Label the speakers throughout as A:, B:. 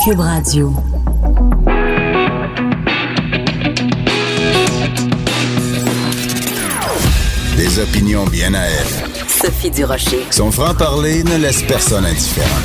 A: Cube Radio.
B: Des opinions bien à elle.
A: Sophie Durocher.
B: Son franc-parler ne laisse personne indifférent.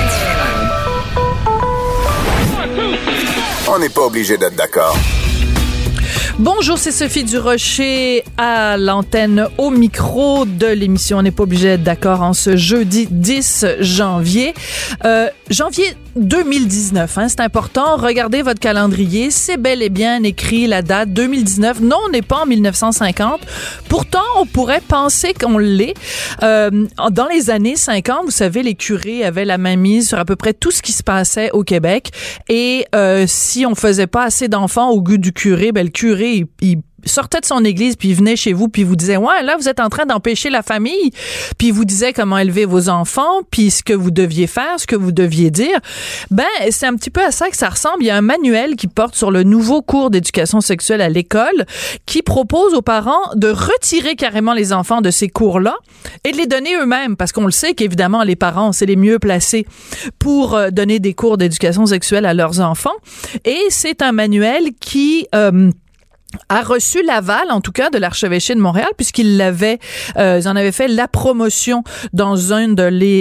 B: On n'est pas obligé d'être d'accord.
C: Bonjour, c'est Sophie Durocher à l'antenne au micro de l'émission. On n'est pas obligé d'être d'accord en ce jeudi 10 janvier. Janvier 2019, c'est important. Regardez votre calendrier. C'est bel et bien écrit la date 2019. Non, on n'est pas en 1950. Pourtant, on pourrait penser qu'on l'est. Dans les années 50, vous savez, les curés avaient la main mise sur à peu près tout ce qui se passait au Québec. Et si on faisait pas assez d'enfants au goût du curé, le curé, il sortait de son église, puis il venait chez vous, puis il vous disait, ouais, là, vous êtes en train d'empêcher la famille, puis il vous disait comment élever vos enfants, puis ce que vous deviez faire, ce que vous deviez dire. C'est un petit peu à ça que ça ressemble. Il y a un manuel qui porte sur le nouveau cours d'éducation sexuelle à l'école, qui propose aux parents de retirer carrément les enfants de ces cours-là et de les donner eux-mêmes, parce qu'on le sait qu'évidemment, les parents, c'est les mieux placés pour donner des cours d'éducation sexuelle à leurs enfants. Et c'est un manuel qui a reçu l'aval, en tout cas, de l'archevêché de Montréal, puisqu'ils l'avaient, ils en avaient fait la promotion dans une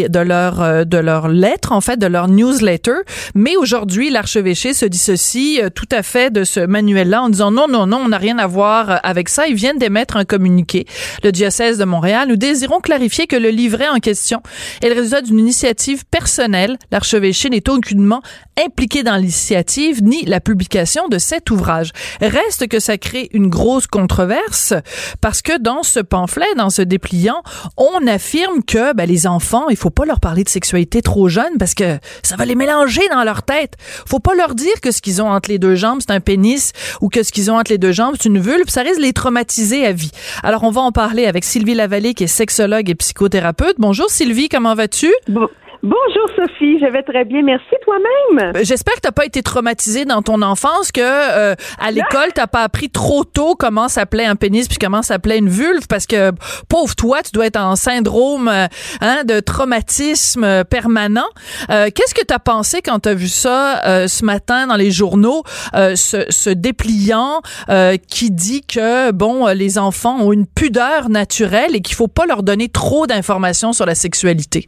C: de leurs lettres, en fait, de leur newsletter. Mais aujourd'hui, l'archevêché se dissocie tout à fait de ce manuel-là en disant non, on n'a rien à voir avec ça. Ils viennent d'émettre un communiqué. Le diocèse de Montréal, nous désirons clarifier que le livret en question est le résultat d'une initiative personnelle. L'archevêché n'est aucunement impliqué dans l'initiative ni la publication de cet ouvrage. Reste que ça crée une grosse controverse parce que dans ce pamphlet, dans ce dépliant, on affirme que les enfants, il faut pas leur parler de sexualité trop jeune parce que ça va les mélanger dans leur tête. Faut pas leur dire que ce qu'ils ont entre les deux jambes, c'est un pénis ou que ce qu'ils ont entre les deux jambes, c'est une vulve. Ça risque de les traumatiser à vie. Alors, on va en parler avec Sylvie Lavallée, qui est sexologue et psychothérapeute. Bonjour Sylvie, comment vas-tu?
D: Bonjour Sophie, je vais très bien, merci toi-même.
C: J'espère que t'as pas été traumatisée dans ton enfance, que à l'école t'as pas appris trop tôt comment s'appelait un pénis puis comment s'appelait une vulve, parce que pauvre toi, tu dois être en syndrome de traumatisme permanent. Qu'est-ce que t'as pensé quand t'as vu ça ce matin dans les journaux, ce dépliant qui dit que les enfants ont une pudeur naturelle et qu'il faut pas leur donner trop d'informations sur la sexualité?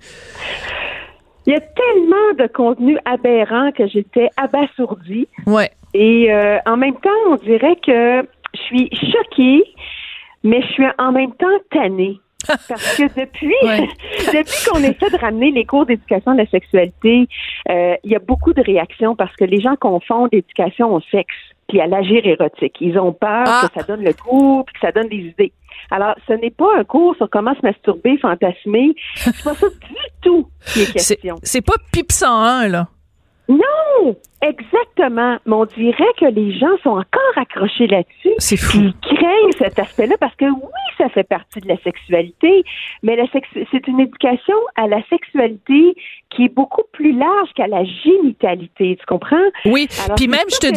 D: Il y a tellement de contenu aberrant que j'étais abasourdie.
C: Ouais.
D: Et en même temps, on dirait que je suis choquée, mais je suis en même temps tannée. Parce que depuis qu'on essaie de ramener les cours d'éducation à la sexualité, il y a beaucoup de réactions parce que les gens confondent l'éducation au sexe puis à l'agir érotique. Ils ont peur que ça donne le coup puis que ça donne des idées. Alors, ce n'est pas un cours sur comment se masturber, fantasmer. C'est pas ça du tout qui est question.
C: C'est pas PIP 101, là.
D: Non! Exactement. Mais on dirait que les gens sont encore accrochés là-dessus.
C: C'est fou.
D: Ils craignent cet aspect-là parce que oui, ça fait partie de la sexualité, mais c'est une éducation à la sexualité qui est beaucoup plus large qu'à la génitalité. Tu comprends?
C: Oui.
D: Alors,
C: puis même, je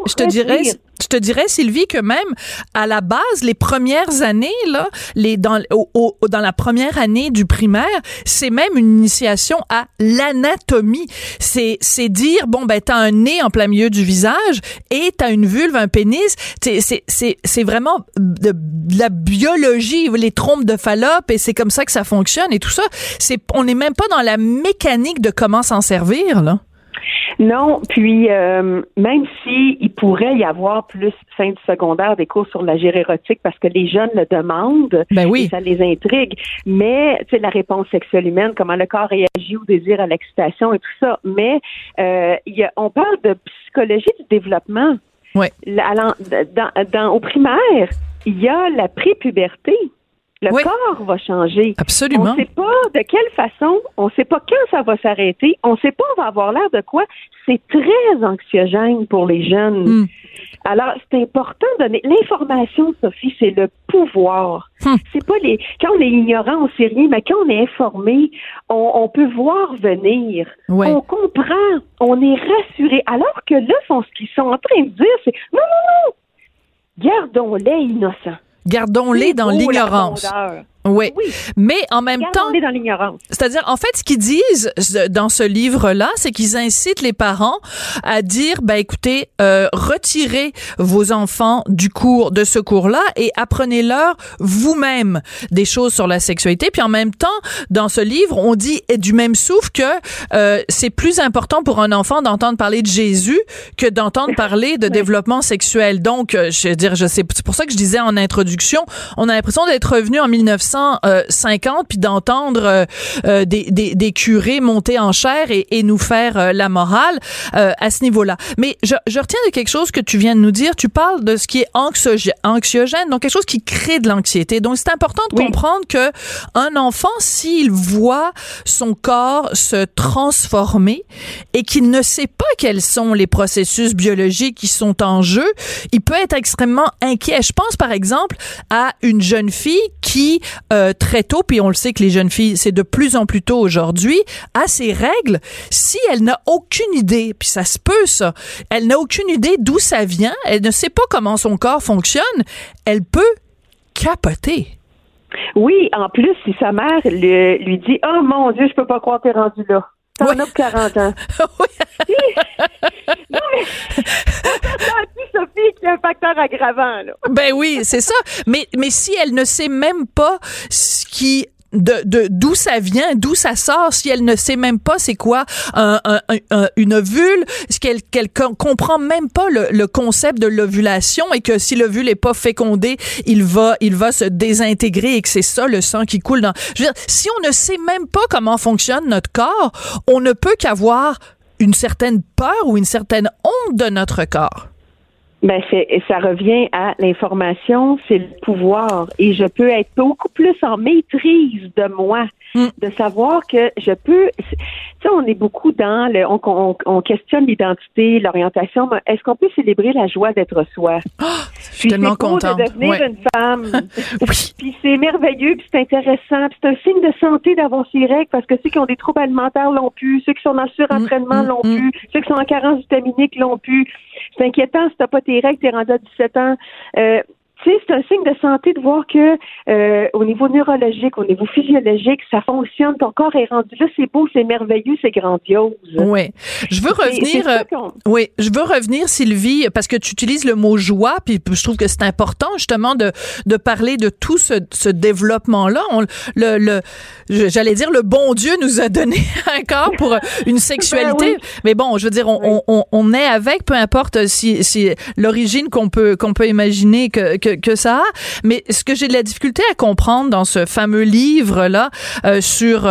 C: te dirais, Sylvie, que même à la base, les premières années, là, dans la première année du primaire, c'est même une initiation à l'anatomie. C'est dire, t'as un nez en plein milieu du visage et t'as une vulve, un pénis. C'est vraiment de la biologie, les trompes de Fallope, et c'est comme ça que ça fonctionne et tout ça. On n'est même pas dans la mécanique de comment s'en servir, là.
D: Non, puis même si il pourrait y avoir plus fin du secondaire des cours sur l'agir érotique parce que les jeunes le demandent,
C: oui.
D: Et ça les intrigue, mais tu sais, la réponse sexuelle humaine, comment le corps réagit au désir, à l'excitation et tout ça, mais on parle de psychologie du développement.
C: Ouais.
D: Au primaire, il y a la prépuberté. Le corps va changer.
C: Absolument.
D: On ne sait pas de quelle façon, on ne sait pas quand ça va s'arrêter, on ne sait pas on va avoir l'air de quoi. C'est très anxiogène pour les jeunes. Alors, c'est important de donner l'information, Sophie, c'est le pouvoir. C'est pas quand on est ignorant, on sait rien, mais quand on est informé, on peut voir venir.
C: Ouais.
D: On comprend, on est rassuré. Alors que là, ce qu'ils sont en train de dire, c'est non, gardons-les innocents.
C: Gardons-les dans l'ignorance. Oui. Mais en même temps,
D: on est dans l'ignorance.
C: C'est-à-dire, en fait, ce qu'ils disent dans ce livre-là, c'est qu'ils incitent les parents à dire, écoutez, retirez vos enfants de ce cours-là et apprenez-leur vous-même des choses sur la sexualité. Puis en même temps, dans ce livre, on dit du même souffle que c'est plus important pour un enfant d'entendre parler de Jésus que d'entendre parler de développement sexuel. Donc, je veux dire, c'est pour ça que je disais en introduction, on a l'impression d'être revenu en 1950 puis d'entendre des curés monter en chair et nous faire la morale à ce niveau-là. Mais je retiens de quelque chose que tu viens de nous dire. Tu parles de ce qui est anxiogène, donc quelque chose qui crée de l'anxiété. Donc, c'est important de comprendre que un enfant, s'il voit son corps se transformer et qu'il ne sait pas quels sont les processus biologiques qui sont en jeu, il peut être extrêmement inquiet. Je pense, par exemple, à une jeune fille qui, très tôt, puis on le sait que les jeunes filles, c'est de plus en plus tôt aujourd'hui, a ses règles. Si elle n'a aucune idée, puis ça se peut, ça, elle n'a aucune idée d'où ça vient, elle ne sait pas comment son corps fonctionne, elle peut capoter.
D: Oui, en plus, si sa mère lui dit « Oh mon Dieu, je peux pas croire que t'es rendu là. T'en as pour 40 ans. » Non, mais Sophie, qui est un facteur aggravant, là.
C: Ben oui, c'est ça. Mais si elle ne sait même pas ce qui d'où ça vient, d'où ça sort, si elle ne sait même pas c'est quoi une ovule, qu'elle comprend même pas le concept de l'ovulation et que si l'ovule est pas fécondé, il va se désintégrer et que c'est ça le sang qui coule dans. Je veux dire, si on ne sait même pas comment fonctionne notre corps, on ne peut qu'avoir une certaine peur ou une certaine honte de notre corps.
D: Ben ça revient à l'information, c'est le pouvoir, et je peux être beaucoup plus en maîtrise de moi, de savoir que je peux. Tu sais, on est beaucoup dans on questionne l'identité, l'orientation. Mais est-ce qu'on peut célébrer la joie d'être soi?
C: Oh, je suis tellement contente.
D: De devenir une femme.
C: Oui.
D: Puis c'est merveilleux, puis c'est intéressant, puis c'est un signe de santé d'avoir ces règles, parce que ceux qui ont des troubles alimentaires l'ont plus, ceux qui sont dans le surentraînement l'ont plus, ceux qui sont en carence vitaminique l'ont plus. C'est inquiétant si t'as pas tes règles, t'es rendu à 17 ans. Tu sais, c'est un signe de santé de voir que au niveau neurologique, au niveau physiologique, ça fonctionne. Ton corps est rendu là, c'est beau, c'est merveilleux, c'est grandiose.
C: Oui. Je veux revenir, Sylvie, parce que tu utilises le mot joie, puis je trouve que c'est important justement de parler de tout ce développement-là. J'allais dire, le bon Dieu nous a donné un corps pour une sexualité,
D: oui.
C: Mais bon, je veux dire, on est avec, peu importe si l'origine qu'on peut imaginer que ça a. Mais ce que j'ai de la difficulté à comprendre dans ce fameux livre-là sur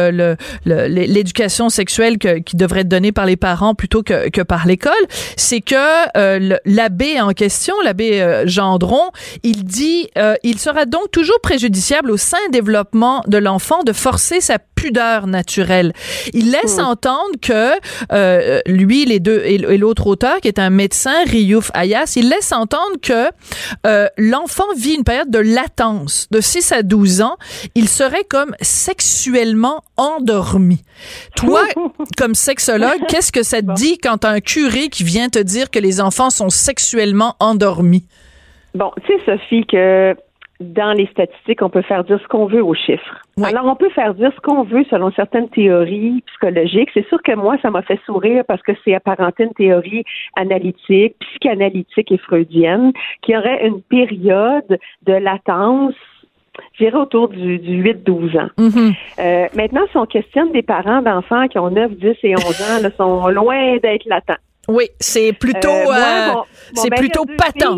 C: l'éducation sexuelle qui devrait être donnée par les parents plutôt que par l'école, c'est que l'abbé en question, l'abbé Gendron, il dit il sera donc toujours préjudiciable au sain développement de l'enfant de forcer sa pudeur naturelle. Il laisse entendre que lui, les deux et l'autre auteur qui est un médecin, Riouf Ayas, il laisse entendre que l'enfant vit une période de latence de 6 à 12 ans. Il serait comme sexuellement endormi. Toi, comme sexologue, qu'est-ce que ça te dit quand t'as un curé qui vient te dire que les enfants sont sexuellement endormis?
D: Bon, tu sais, Sophie, que dans les statistiques, on peut faire dire ce qu'on veut aux chiffres. Oui. Alors, on peut faire dire ce qu'on veut selon certaines théories psychologiques. C'est sûr que moi, ça m'a fait sourire parce que c'est apparenté une théorie analytique, psychanalytique et freudienne, qui aurait une période de latence, je dirais autour du 8-12 ans. Mm-hmm. Maintenant, si on questionne des parents d'enfants qui ont 9, 10 et 11 ans, là, sont loin d'être latents.
C: Oui, c'est plutôt c'est plutôt patent.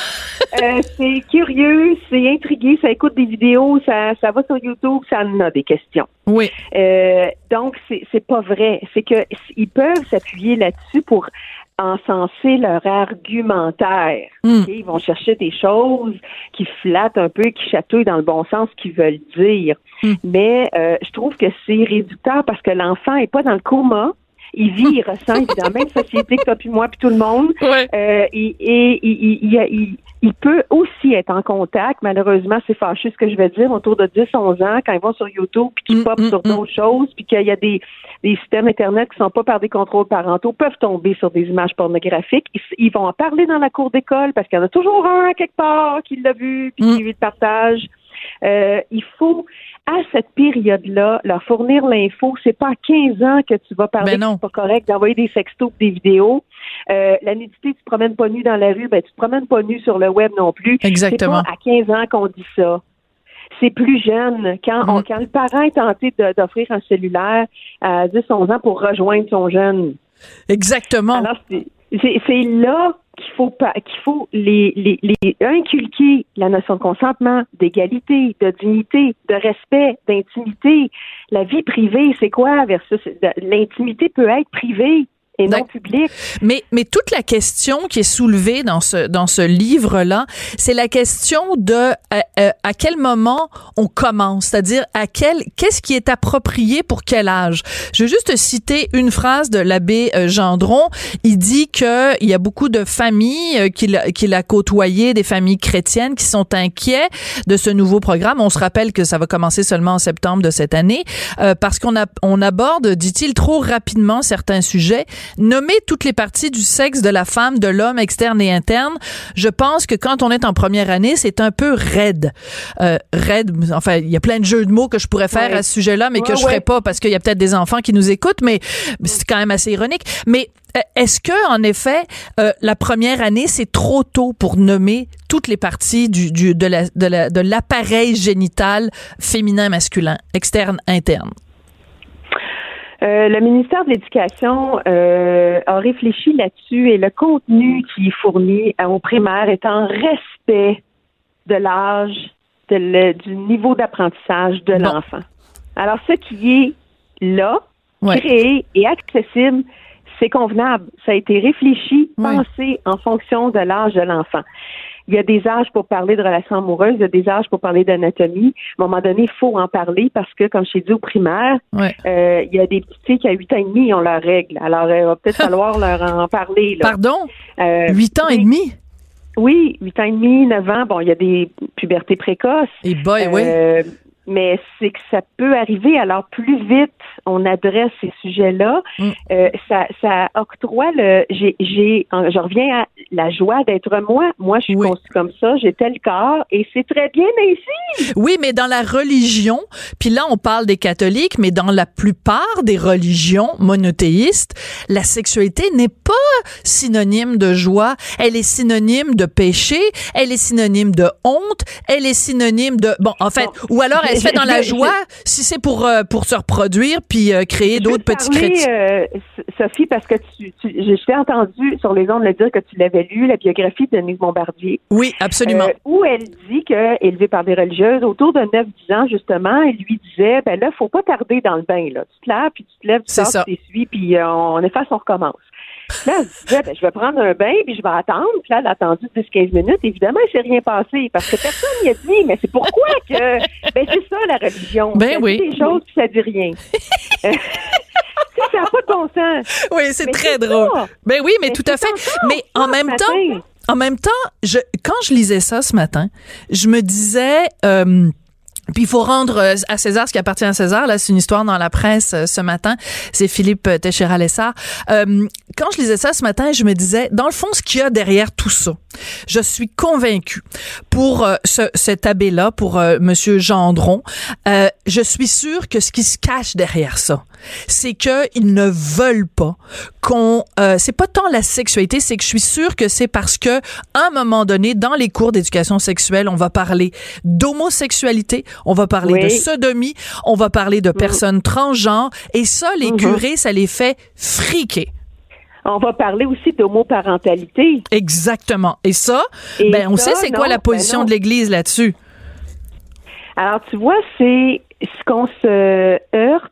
D: C'est curieux, c'est intrigué, ça écoute des vidéos, ça va sur YouTube, ça en a des questions.
C: Oui.
D: Donc c'est pas vrai, c'est que ils peuvent s'appuyer là-dessus pour encenser leur argumentaire. Okay? Ils vont chercher des choses qui flattent un peu, qui chatouillent dans le bon sens, qu'ils veulent dire. Mais je trouve que c'est réducteur parce que l'enfant est pas dans le coma. Il vit, il ressent, il vit dans la même société que toi puis moi puis tout le monde. Ouais. Il peut aussi être en contact. Malheureusement, c'est fâcheux ce que je vais dire, autour de 10-11 ans, quand ils vont sur YouTube puis qu'ils popent sur d'autres choses, puis qu'il y a des systèmes Internet qui sont pas par des contrôles parentaux, peuvent tomber sur des images pornographiques. Ils vont en parler dans la cour d'école parce qu'il y en a toujours un quelque part qui l'a vu puis qui lui le partage. Il faut, à cette période-là, leur fournir l'info. C'est pas à 15 ans que tu vas parler que c'est pas correct d'envoyer des sextos, des vidéos. La nudité, tu te promènes pas nu dans la rue, tu te promènes pas nu sur le web non plus.
C: Exactement.
D: C'est pas à 15 ans qu'on dit ça. C'est plus jeune. Quand le parent est tenté d'offrir un cellulaire à 10-11 ans pour rejoindre son jeune.
C: Exactement.
D: Alors, c'est là qu'il faut les inculquer la notion de consentement, d'égalité, de dignité, de respect, d'intimité. La vie privée, c'est quoi versus l'intimité peut être privée et non public.
C: Mais toute la question qui est soulevée dans ce livre-là, c'est la question de à quel moment on commence, c'est-à-dire qu'est-ce qui est approprié pour quel âge. Je vais juste citer une phrase de l'abbé Gendron. Il dit que il y a beaucoup de familles qu'il a côtoyées, des familles chrétiennes qui sont inquiets de ce nouveau programme. On se rappelle que ça va commencer seulement en septembre de cette année parce qu'on aborde, dit-il, trop rapidement certains sujets. Nommer toutes les parties du sexe de la femme, de l'homme, externe et interne, je pense que quand on est en première année, c'est un peu raide. Enfin, il y a plein de jeux de mots que je pourrais faire à ce sujet-là, mais que je ferai pas parce qu'il y a peut-être des enfants qui nous écoutent, mais c'est quand même assez ironique. Mais est-ce que, en effet, la première année, c'est trop tôt pour nommer toutes les parties de l'appareil génital féminin-masculin, externe, interne?
D: Le ministère de l'Éducation a réfléchi là-dessus et le contenu qui est fourni aux primaires est en respect de l'âge, du niveau d'apprentissage de l'enfant. Alors, ce qui est là, créé et accessible, c'est convenable. Ça a été réfléchi, pensé en fonction de l'âge de l'enfant. Il y a des âges pour parler de relations amoureuses, il y a des âges pour parler d'anatomie. À un moment donné, il faut en parler parce que, comme je t'ai dit au primaire, il y a des petites filles qui, à 8 ans et demi, ils ont leurs règles. Alors, il va peut-être falloir leur en parler. Là.
C: Pardon? 8 ans et demi?
D: Oui, 8 ans et demi, 9 ans. Bon, il y a des pubertés précoces.
C: Et
D: mais c'est que ça peut arriver. Alors, plus vite on adresse ces sujets-là, ça octroie je reviens à la joie d'être moi. Moi, je suis conçue comme ça, j'ai tel corps et c'est très bien ainsi.
C: Oui, mais dans la religion, puis là, on parle des catholiques, mais dans la plupart des religions monothéistes, la sexualité n'est pas synonyme de joie. Elle est synonyme de péché, elle est synonyme de honte, elle est synonyme de... ou alors elle se fait dans la joie si c'est pour se reproduire puis créer d'autres petits chrétiens.
D: Sophie, parce que je t'ai entendu sur les ondes le dire que tu l'avais lu, la biographie de Denise Bombardier.
C: Oui, absolument.
D: Où elle dit que, élevée par des religieuses, autour de 9-10 ans, justement, elle lui disait, là, faut pas tarder dans le bain, là. Tu te laves, puis tu te lèves, tu sors, tu t'essuies, puis on efface, on recommence. Là, elle disait, je vais prendre un bain, puis je vais attendre. Puis là, elle a attendu 10-15 minutes. Évidemment, il s'est rien passé, parce que personne n'y a dit, mais c'est pourquoi que... c'est ça, la religion. Ça dit des choses, puis ça dit rien. Ça n'a pas de bon sens.
C: Oui, c'est très drôle. Mais tout à fait. Mais en même temps, quand je lisais ça ce matin, je me disais... puis il faut rendre à César ce qui appartient à César. Là, c'est une histoire dans la presse ce matin. C'est Philippe Téchera-Lessard. Quand je lisais ça ce matin, je me disais, dans le fond, ce qu'il y a derrière tout ça, je suis convaincue pour cet abbé-là, pour Monsieur Gendron, je suis sûre que ce qui se cache derrière ça, c'est qu'ils ne veulent pas c'est pas tant la sexualité, c'est que je suis sûre que c'est parce que, à un moment donné, dans les cours d'éducation sexuelle, on va parler d'homosexualité, on va parler de sodomie, on va parler de personnes transgenres, et ça, les curés, ça les fait friquer.
D: On va parler aussi d'homoparentalité.
C: Exactement. Et ça, on sait c'est quoi la position de l'Église là-dessus.
D: Alors, tu vois, c'est ce qu'on se heurte.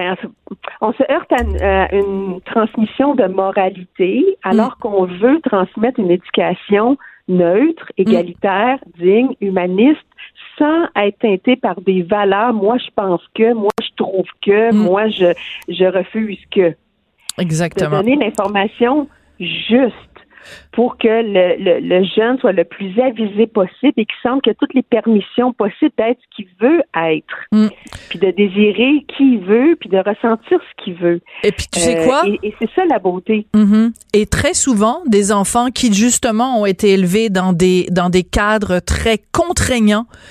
D: On se heurte à une transmission de moralité, alors qu'on veut transmettre une éducation neutre, égalitaire, digne, humaniste, sans être teinté par des valeurs. Moi, je pense que, moi, je trouve que, moi, je refuse que.
C: Exactement.
D: De donner l'information juste pour que le jeune soit le plus avisé possible et qu'il sente que toutes les permissions possibles d'être ce qu'il veut être. Puis de désirer qui il veut, puis de ressentir ce qu'il veut.
C: Et puis tu sais quoi?
D: Et c'est ça la beauté.
C: Et très souvent, des enfants qui justement ont été élevés dans des cadres très contraignants,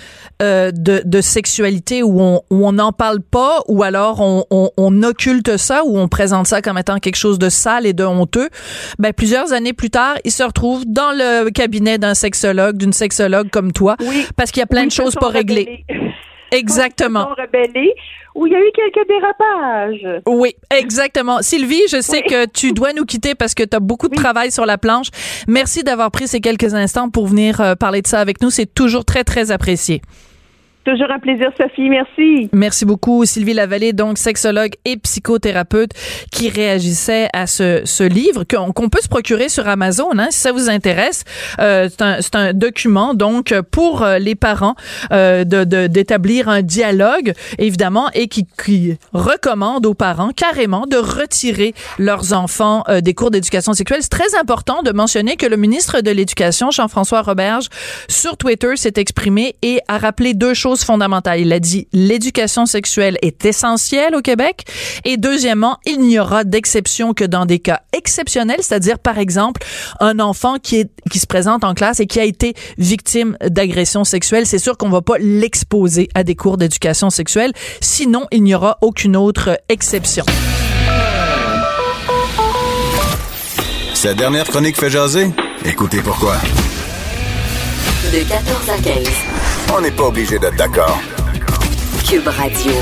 C: de sexualité où on n'en parle pas, ou alors on occulte ça, ou on présente ça comme étant quelque chose de sale et de honteux, ben plusieurs années plus tard, ils se retrouvent dans le cabinet d'une sexologue comme toi, parce qu'il y a plein de choses pas réglées. Exactement.
D: Rebellés, où il y a eu quelques dérapages.
C: Oui, exactement. Sylvie, je sais que tu dois nous quitter parce que tu as beaucoup de travail sur la planche. Merci d'avoir pris ces quelques instants pour venir parler de ça avec nous. C'est toujours très, très apprécié.
D: Toujours un plaisir, Sophie. Merci.
C: Merci beaucoup. Sylvie Lavallée, donc sexologue et psychothérapeute, qui réagissait à ce livre qu'on peut se procurer sur Amazon, hein, si ça vous intéresse. C'est un document, donc, pour les parents, d'établir un dialogue, évidemment, et qui recommande aux parents carrément de retirer leurs enfants des cours d'éducation sexuelle. C'est très important de mentionner que le ministre de l'Éducation, Jean-François Roberge, sur Twitter, s'est exprimé et a rappelé deux choses fondamentale. Il a dit l'éducation sexuelle est essentielle au Québec, et deuxièmement, il n'y aura d'exception que dans des cas exceptionnels, c'est-à-dire par exemple un enfant qui se présente en classe et qui a été victime d'agression sexuelle. C'est sûr qu'on va pas l'exposer à des cours d'éducation sexuelle, sinon il n'y aura aucune autre exception.
B: Cette dernière chronique fait jaser? Écoutez pourquoi.
A: De 14 à 15.
B: On n'est pas obligé d'être d'accord.
A: Cube Radio.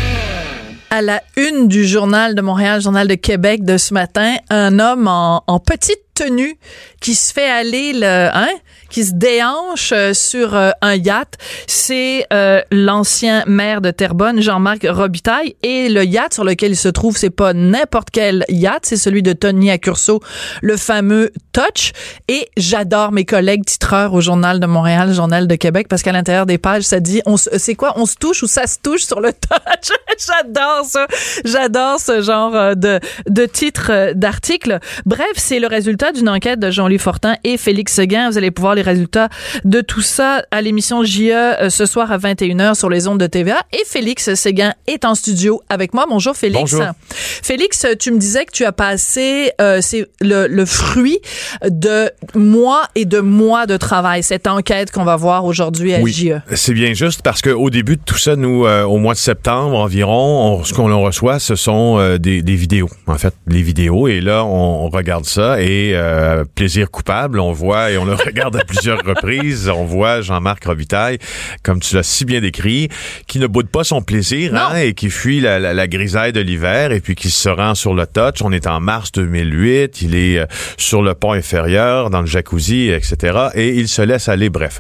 C: À la une du Journal de Montréal, Journal de Québec de ce matin, un homme en petite tenue qui se fait aller qui se déhanche sur un yacht. C'est l'ancien maire de Terrebonne, Jean-Marc Robitaille, et le yacht sur lequel il se trouve, c'est pas n'importe quel yacht, c'est celui de Tony Accurso, le fameux Touch. Et j'adore mes collègues titreurs au Journal de Montréal, Journal de Québec, parce qu'à l'intérieur des pages, ça dit c'est quoi, on se touche ou ça se touche sur le Touch. J'adore ça. J'adore ce genre de titre d'article. Bref, c'est le résultat d'une enquête de Jean-Louis Fortin et Félix Séguin. Vous allez pouvoir les résultats de tout ça à l'émission JE ce soir à 21h sur les ondes de TVA. Et Félix Séguin est en studio avec moi. Bonjour Félix.
E: Bonjour.
C: Félix, tu me disais que tu as passé c'est le fruit de mois et de mois de travail, cette enquête qu'on va voir aujourd'hui à JE.
E: C'est bien juste parce qu'au début de tout ça, nous, au mois de septembre environ, ce qu'on reçoit, ce sont des vidéos. En fait, les vidéos. Et là, on regarde ça et plaisir coupable, on voit et on le regarde à plusieurs reprises. On voit Jean-Marc Robitaille, comme tu l'as si bien décrit, qui ne boude pas son plaisir et qui fuit la grisaille de l'hiver et puis qui se rend sur le Touch. On est en mars 2008. Il est sur le pont inférieur, dans le jacuzzi, etc. Et il se laisse aller, bref.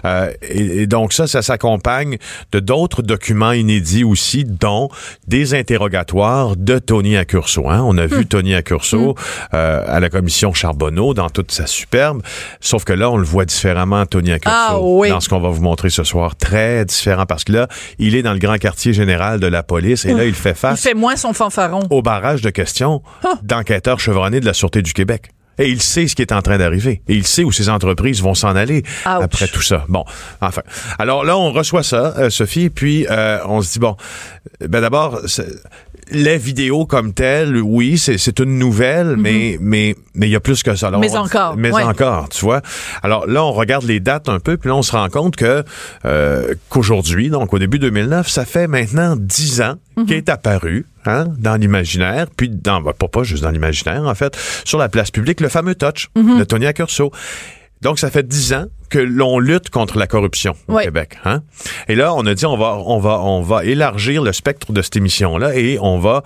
E: Et donc ça s'accompagne de d'autres documents inédits aussi, dont des interrogatoires de Tony Accurso. Hein? On a vu Tony Accurso à la commission Charbonneau dans toute sa superbe, sauf que là, on le voit différemment, Tony Accurso, dans ce qu'on va vous montrer ce soir. Très différent, parce que là, il est dans le grand quartier général de la police et là, il fait face...
C: Il fait moins son fanfaron.
E: Au barrage de questions d'enquêteurs chevronnés de la Sûreté du Québec. Et il sait ce qui est en train d'arriver. Et il sait où ces entreprises vont s'en aller après tout ça. Bon, enfin. Alors là, on reçoit ça, Sophie, puis on se dit, bon, ben d'abord, les vidéos comme telles, oui, c'est une nouvelle, mais il y a plus que ça. Alors, encore, tu vois. Alors là, on regarde les dates un peu, puis là, on se rend compte que qu'aujourd'hui, donc au début 2009, ça fait maintenant 10 ans qu'il est apparu dans l'imaginaire, puis pas juste dans l'imaginaire, en fait, sur la place publique, le fameux Touch de Tony Accurso. Donc, ça fait 10 ans que l'on lutte contre la corruption au Québec. Hein? Et là, on a dit on va élargir le spectre de cette émission-là et on va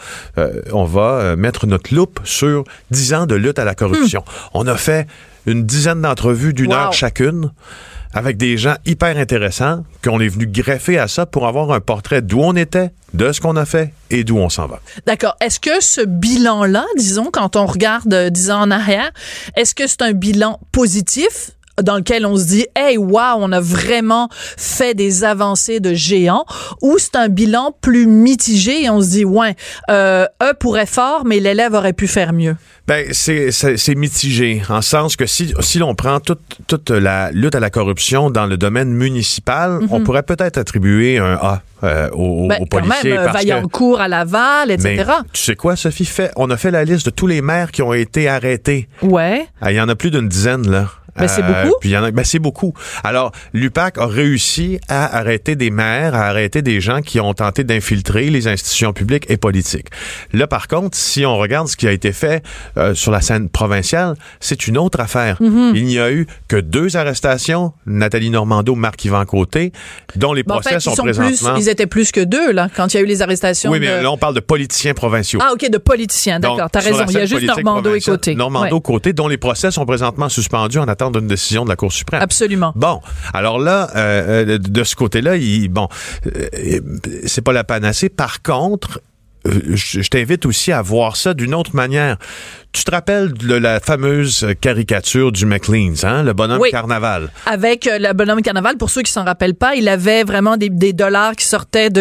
E: mettre notre loupe sur 10 ans de lutte à la corruption. On a fait une dizaine d'entrevues d'une heure chacune, avec des gens hyper intéressants qu'on est venu greffer à ça pour avoir un portrait d'où on était, de ce qu'on a fait et d'où on s'en va.
C: D'accord. Est-ce que ce bilan-là, disons, quand on regarde 10 ans en arrière, est-ce que c'est un bilan positif dans lequel on se dit « Hey, wow, on a vraiment fait des avancées de géants » ou c'est un bilan plus mitigé et on se dit « Ouais, eux pourraient fort, mais l'élève aurait pu faire mieux ».
E: Ben, c'est mitigé, en sens que si l'on prend toute la lutte à la corruption dans le domaine municipal, on pourrait peut-être attribuer un A aux policiers.
C: Quand même, Vaillancourt à Laval, etc.
E: Mais tu sais quoi, Sophie? On a fait la liste de tous les maires qui ont été arrêtés.
C: Ouais.
E: Il y en a plus d'une dizaine, là.
C: C'est beaucoup.
E: Puis c'est beaucoup. Alors, l'UPAC a réussi à arrêter des maires, à arrêter des gens qui ont tenté d'infiltrer les institutions publiques et politiques. Là, par contre, si on regarde ce qui a été fait sur la scène provinciale, c'est une autre affaire. Mm-hmm. Il n'y a eu que 2 arrestations, Nathalie Normando, Marc-Yvan Côté, dont les procès sont présentement...
C: Ils étaient plus que 2, là, quand il y a eu les arrestations.
E: Oui, mais là, on parle de politiciens provinciaux.
C: Ah, OK, de politiciens, d'accord, t'as raison. Il y a juste Normando et Côté.
E: Normando, Côté, dont les procès sont présentement suspendus en attendant d'une décision de la Cour suprême.
C: Absolument.
E: Bon, alors là, de ce côté-là, c'est pas la panacée. Par contre, je t'invite aussi à voir ça d'une autre manière. Tu te rappelles de la fameuse caricature du McLean's, hein, le bonhomme Carnaval? Avec
C: le bonhomme Carnaval, pour ceux qui s'en rappellent pas, il avait vraiment des dollars qui sortaient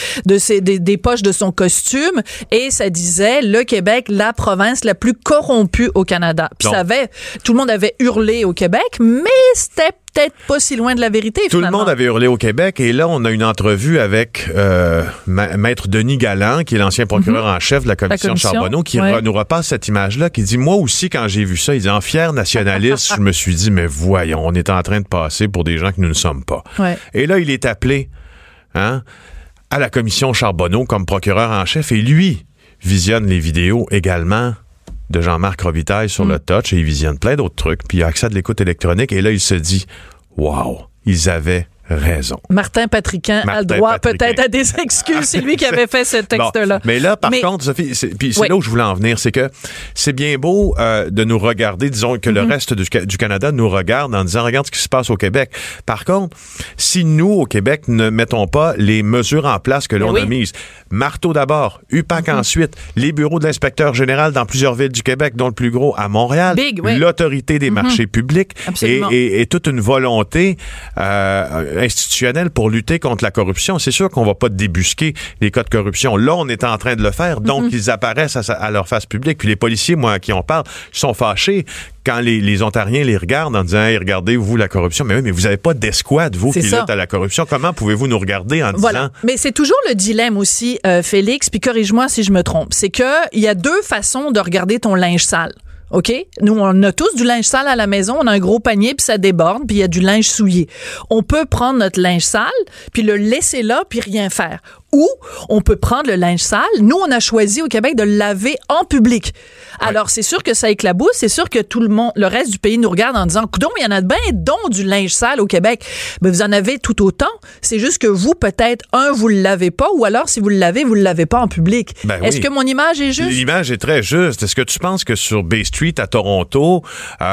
C: des poches de son costume et ça disait le Québec, la province la plus corrompue au Canada. Puis tout le monde avait hurlé au Québec, mais c'était peut-être pas si loin de la vérité, finalement.
E: Tout le monde avait hurlé au Québec et là, on a une entrevue avec Maître Denis Galland, qui est l'ancien procureur en chef de la commission Charbonneau, qui nous repasse cette image-là, qui dit, moi aussi, quand j'ai vu ça, il dit, en fier nationaliste, je me suis dit, mais voyons, on est en train de passer pour des gens que nous ne sommes pas. Ouais. Et là, il est appelé à la commission Charbonneau comme procureur en chef et lui visionne les vidéos également de Jean-Marc Robitaille sur le touch et il visionne plein d'autres trucs, puis il a accès à de l'écoute électronique et là, il se dit, wow, ils avaient raison.
C: Martin Patriquin a le droit peut-être à des excuses. C'est lui qui avait fait ce texte-là.
E: Bon, mais là, par contre, Sophie, c'est là où je voulais en venir, c'est que c'est bien beau de nous regarder, disons que le reste du Canada nous regarde en disant, regarde ce qui se passe au Québec. Par contre, si nous, au Québec, ne mettons pas les mesures en place que l'on a mises, Marteau d'abord, UPAC ensuite, les bureaux de l'inspecteur général dans plusieurs villes du Québec, dont le plus gros à Montréal, l'autorité des marchés publics et toute une volonté institutionnelle pour lutter contre la corruption. C'est sûr qu'on va pas débusquer les cas de corruption. Là, on est en train de le faire, donc ils apparaissent à leur face publique. Puis les policiers, moi, à qui on parle, sont fâchés quand les Ontariens les regardent en disant « Hey, regardez, vous, la corruption. » Mais oui, mais vous n'avez pas d'escouade, vous, qui lutte à la corruption. Comment pouvez-vous nous regarder en disant...
C: Mais c'est toujours le dilemme aussi, Félix, puis corrige-moi si je me trompe. C'est que il y a 2 façons de regarder ton linge sale. OK? Nous, on a tous du linge sale à la maison. On a un gros panier, puis ça déborde, puis il y a du linge souillé. On peut prendre notre linge sale, puis le laisser là, puis rien faire. Ou on peut prendre le linge sale. Nous, on a choisi au Québec de le laver en public. Alors, c'est sûr que ça éclabousse. C'est sûr que tout le monde, le reste du pays nous regarde en disant, coudonc, il y en a bien donc du linge sale au Québec. Mais vous en avez tout autant. C'est juste que vous, peut-être, vous le lavez pas, ou alors, si vous le lavez pas en public. Est-ce que mon image est juste?
E: L'image est très juste. Est-ce que tu penses que sur Bay Street à Toronto,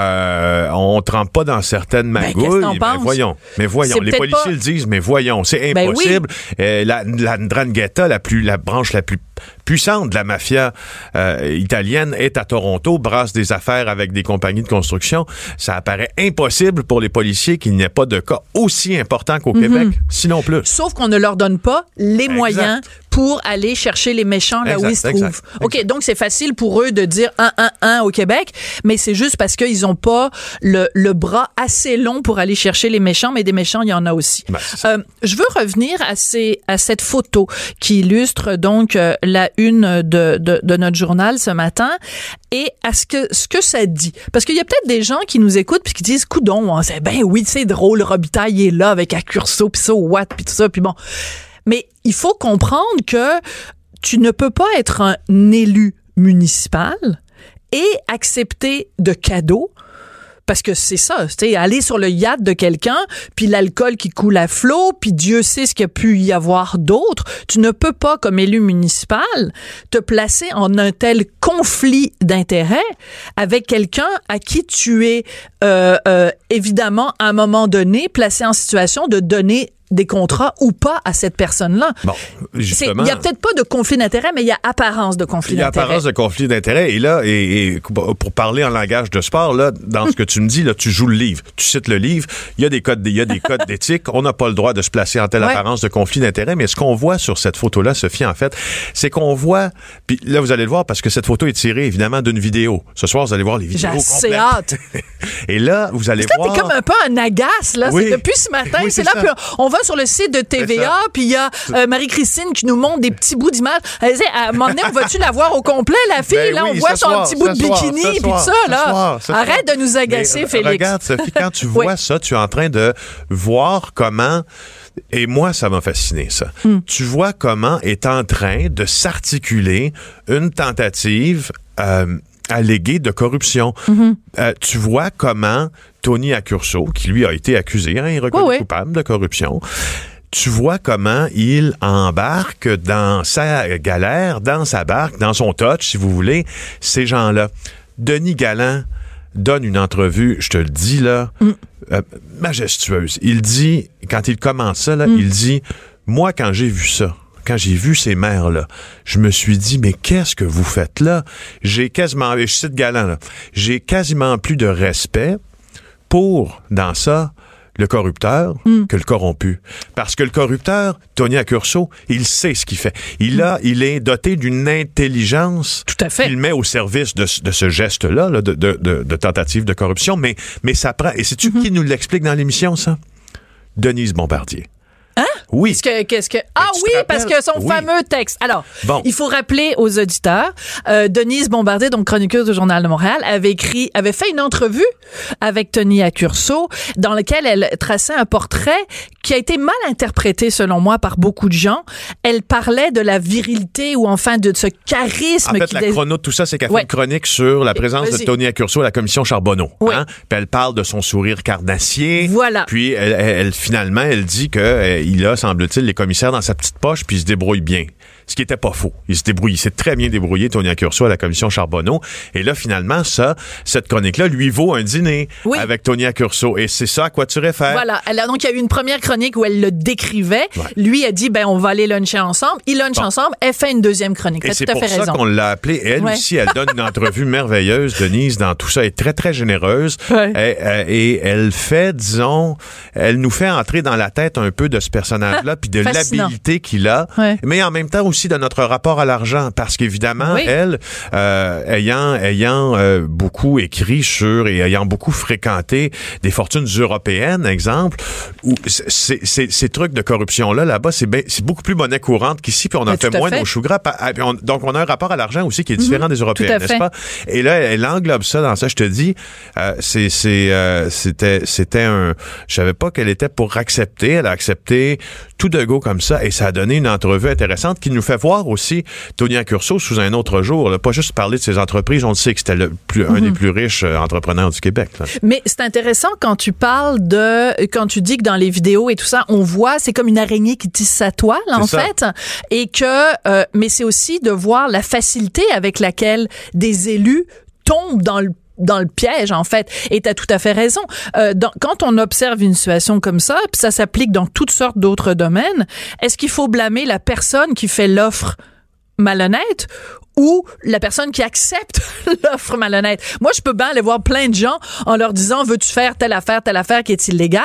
E: on trempe pas dans certaines magouilles?
C: Qu'est-ce que t'en penses?
E: Mais voyons. Les policiers le disent, mais voyons, c'est impossible. La Ndrangheta, la branche la plus puissante de la mafia italienne, est à Toronto, brasse des affaires avec des compagnies de construction. Ça apparaît impossible pour les policiers qu'il n'y ait pas de cas aussi important qu'au Québec, sinon plus.
C: Sauf qu'on ne leur donne pas les moyens pour aller chercher les méchants là où ils se trouvent. OK, donc c'est facile pour eux de dire 1-1-1 au Québec, mais c'est juste parce qu'ils n'ont pas le bras assez long pour aller chercher les méchants, mais des méchants, il y en a aussi. Je veux revenir à cette photo qui illustre donc la une de notre journal ce matin et à ce que ça dit. Parce qu'il y a peut-être des gens qui nous écoutent puis qui disent, coudon, c'est ben oui, c'est drôle, Robitaille est là avec Accurso puis ça, what, puis tout ça, puis bon. Mais il faut comprendre que tu ne peux pas être un élu municipal et accepter de cadeaux. Parce que c'est ça, tu sais, aller sur le yacht de quelqu'un, puis l'alcool qui coule à flot, puis Dieu sait ce qu'il y a pu y avoir d'autre. Tu ne peux pas, comme élu municipal, te placer en un tel conflit d'intérêts avec quelqu'un à qui tu es, évidemment, à un moment donné, placé en situation de donner des contrats ou pas à cette personne-là.
E: Bon, justement...
C: Il n'y a peut-être pas de conflit d'intérêt, mais il y a apparence de conflit d'intérêt. Il y a
E: apparence de conflit d'intérêt. Et là, et pour parler en langage de sport, là, dans ce que tu me dis, là, tu joues le livre. Tu cites le livre. Il y a des codes d'éthique. On n'a pas le droit de se placer en telle apparence de conflit d'intérêt. Mais ce qu'on voit sur cette photo-là, Sophie, en fait, c'est qu'on voit... Puis là, vous allez le voir parce que cette photo est tirée, évidemment, d'une vidéo. Ce soir, vous allez voir les vidéos complètes.
C: J'ai hâte.
E: Et là, vous allez voir...
C: T'es comme un peu un agace, là. Oui. C'est depuis ce matin.
E: Oui,
C: c'est là, puis on va va sur le site de TVA, puis il y a Marie-Christine qui nous montre des petits bouts d'images. Elle disait, à un moment donné, on va-tu la voir au complet, la fille? Ben là, on voit son petit bout de bikini, puis tout ça, là. Arrête de nous agacer, Félix.
E: Regarde, Sophie, quand tu vois ça, tu es en train de voir comment... Et moi, ça m'a fasciné, ça. Tu vois comment est en train de s'articuler une tentative alléguée de corruption. Tu vois comment Tony Accurso, qui lui a été accusé, il est reconnu coupable de corruption, tu vois comment il embarque dans sa galère, dans sa barque, dans son touch, si vous voulez, ces gens-là. Denis Galland donne une entrevue, je te le dis là, majestueuse. Il dit, quand il commence ça, là, il dit, moi, quand j'ai vu ça, quand j'ai vu ces maires-là, je me suis dit, mais qu'est-ce que vous faites là? J'ai quasiment, je cite Galland, là, j'ai quasiment plus de respect pour, dans ça, le corrupteur que le corrompu. Parce que le corrupteur, Tony Accurso, il sait ce qu'il fait. Il est doté d'une intelligence qu'il met au service de ce geste-là, là, de tentative de corruption. Mais ça prend... Et sais-tu qui nous l'explique dans l'émission, ça? Denise Bombardier.
C: Hein?
E: Oui.
C: Ah oui, parce que son fameux texte. Alors, il faut rappeler aux auditeurs, Denise Bombardier, donc chroniqueuse du Journal de Montréal, avait fait une entrevue avec Tony Accurso dans laquelle elle traçait un portrait qui a été mal interprété, selon moi, par beaucoup de gens. Elle parlait de la virilité ou enfin de ce charisme.
E: En fait, la chrono de tout ça, c'est qu'elle fait une chronique sur la présence de Tony Accurso à la commission Charbonneau. Hein? Puis elle parle de son sourire carnassier.
C: Voilà.
E: Puis finalement, elle dit que il a, semble-t-il, les commissaires dans sa petite poche, puis il se débrouille bien. Ce qui était pas faux. Il s'est très bien débrouillé, Tony Accurso, à la commission Charbonneau. Et là, finalement, cette chronique-là lui vaut un dîner avec Tony Accurso. Et c'est ça à quoi tu réfères.
C: Voilà. Donc, il y a eu une première chronique où elle le décrivait. Ouais. Lui a dit, on va aller luncher ensemble. Ils lunchent ensemble. Elle fait une deuxième chronique.
E: Et c'est pour ça qu'on l'a appelée. Elle aussi, elle donne une entrevue merveilleuse, Denise, dans tout ça. Elle est très, très généreuse. Ouais. Et elle fait, disons, elle nous fait entrer dans la tête un peu de ce personnage-là, puis de l'habileté qu'il a. Ouais. Mais en même temps aussi de notre rapport à l'argent, parce qu'évidemment, elle, ayant beaucoup écrit sur et ayant beaucoup fréquenté des fortunes européennes, exemple, où ces trucs de corruption-là, là-bas, c'est beaucoup plus monnaie courante qu'ici, puis on en fait moins nos choux gras. Donc, on a un rapport à l'argent aussi qui est différent des Européens, n'est-ce pas? Et là, elle englobe ça dans ça. Je te dis, c'était un... Je savais pas qu'elle était pour accepter. Elle a accepté tout de go comme ça, et ça a donné une entrevue intéressante qui nous fait voir aussi Tony Accurso sous un autre jour, là, pas juste parler de ses entreprises, on le sait que c'était un des plus riches entrepreneurs du Québec. Là.
C: Mais c'est intéressant quand tu parles quand tu dis que dans les vidéos et tout ça, on voit, c'est comme une araignée qui tisse sa toile, en fait, et que, mais c'est aussi de voir la facilité avec laquelle des élus tombent dans le piège, en fait. Et t'as tout à fait raison. Quand on observe une situation comme ça, puis ça s'applique dans toutes sortes d'autres domaines, est-ce qu'il faut blâmer la personne qui fait l'offre malhonnête ou la personne qui accepte l'offre malhonnête? Moi, je peux bien aller voir plein de gens en leur disant, veux-tu faire telle affaire qui est illégale?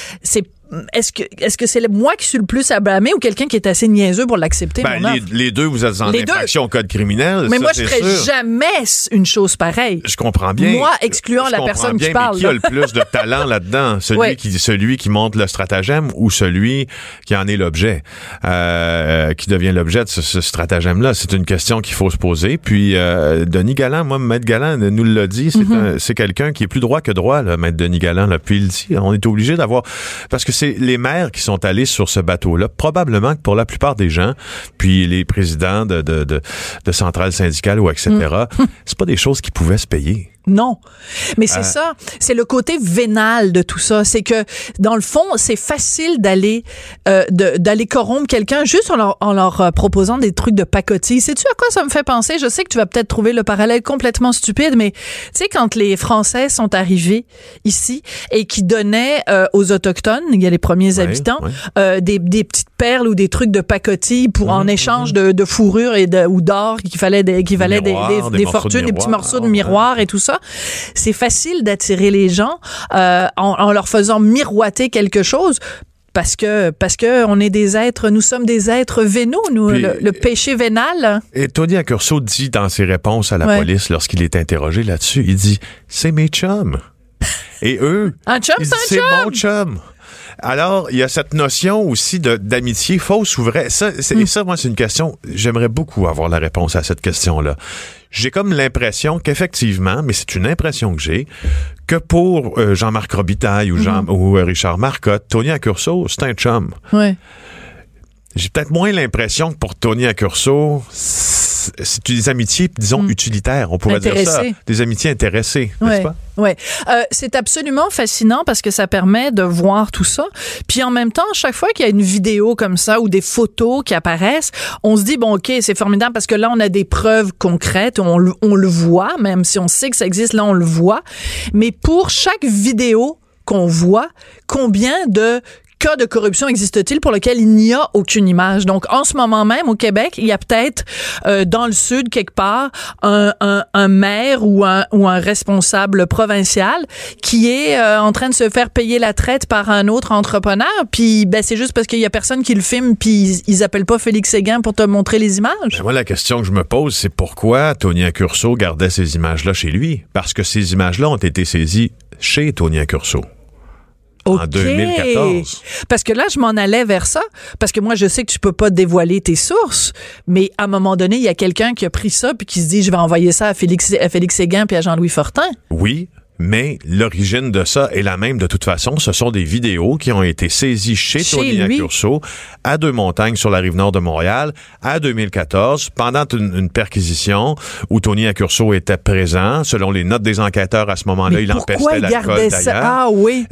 C: Est-ce que c'est moi qui suis le plus à blâmer ou quelqu'un qui est assez niaiseux pour l'accepter?
E: Les deux, vous êtes en infraction au code criminel.
C: Mais moi, je ferais jamais une chose pareille.
E: Je comprends bien.
C: Moi, excluant la personne qui parle.
E: Mais qui a le plus de talent là-dedans? Celui qui monte le stratagème ou celui qui en est l'objet? Qui devient l'objet de ce stratagème-là? C'est une question qu'il faut se poser. Puis, Denis Galland, Maître Galland nous l'a dit, c'est quelqu'un qui est plus droit que droit, là, Maître Denis Galland, là. Puis il dit, on est obligé d'avoir... Parce que c'est les maires qui sont allés sur ce bateau-là, probablement que pour la plupart des gens, puis les présidents de centrales syndicales ou etc., c'est pas des choses qui pouvaient se payer.
C: Non. Mais c'est ça. C'est le côté vénal de tout ça. C'est que, dans le fond, c'est facile d'aller corrompre quelqu'un juste en leur proposant des trucs de pacotille. Sais-tu à quoi ça me fait penser? Je sais que tu vas peut-être trouver le parallèle complètement stupide, mais tu sais, quand les Français sont arrivés ici et qui donnaient aux Autochtones, il y a les premiers habitants, des petites perles ou des trucs de pacotille pour en échange de fourrure ou d'or qui valaient des fortunes, des petits morceaux de miroir et tout ça. C'est facile d'attirer les gens en leur faisant miroiter quelque chose. Parce que nous sommes des êtres vénaux, nous, le péché vénal.
E: Et Tony Accurso dit dans ses réponses à la police lorsqu'il est interrogé là-dessus, il dit, c'est mes chums. Et eux,
C: un chum, c'est un
E: chum. C'est mon chum. Alors, il y a cette notion aussi d'amitié fausse ou vraie. Et ça, moi, c'est une question, j'aimerais beaucoup avoir la réponse à cette question-là. J'ai comme l'impression qu'effectivement, mais c'est une impression que j'ai, que pour Jean-Marc Robitaille ou Richard Marcotte, Tony Accurso, c'est un chum.
C: Ouais.
E: J'ai peut-être moins l'impression que pour Tony Accurso, c'est des amitiés, disons, utilitaires. On pourrait dire ça. Des amitiés intéressées, n'est-ce pas?
C: Oui. C'est absolument fascinant parce que ça permet de voir tout ça. Puis en même temps, chaque fois qu'il y a une vidéo comme ça ou des photos qui apparaissent, on se dit, bon, OK, c'est formidable parce que là, on a des preuves concrètes. On le voit, même si on sait que ça existe, là, on le voit. Mais pour chaque vidéo qu'on voit, combien de cas de corruption existe-t-il pour lequel il n'y a aucune image? Donc, en ce moment même, au Québec, il y a peut-être dans le sud, quelque part, un maire ou un responsable provincial qui est en train de se faire payer la traite par un autre entrepreneur, puis c'est juste parce qu'il y a personne qui le filme, puis ils appellent pas Félix Séguin pour te montrer les images.
E: Moi, la question que je me pose, c'est pourquoi Tony Accurso gardait ces images-là chez lui? Parce que ces images-là ont été saisies chez Tony Accurso.
C: Okay.
E: En 2014.
C: Parce que là, je m'en allais vers ça. Parce que moi, je sais que tu peux pas dévoiler tes sources, mais à un moment donné, il y a quelqu'un qui a pris ça puis qui se dit, je vais envoyer ça à Félix Séguin puis à Jean-Louis Fortin.
E: Oui. Mais l'origine de ça est la même de toute façon. Ce sont des vidéos qui ont été saisies chez Tony Accurso à Deux-Montagnes sur la Rive-Nord de Montréal en 2014 pendant une perquisition où Tony Accurso était présent. Selon les notes des enquêteurs à ce moment-là, il empestait l'alcool d'ailleurs.
C: Ah oui.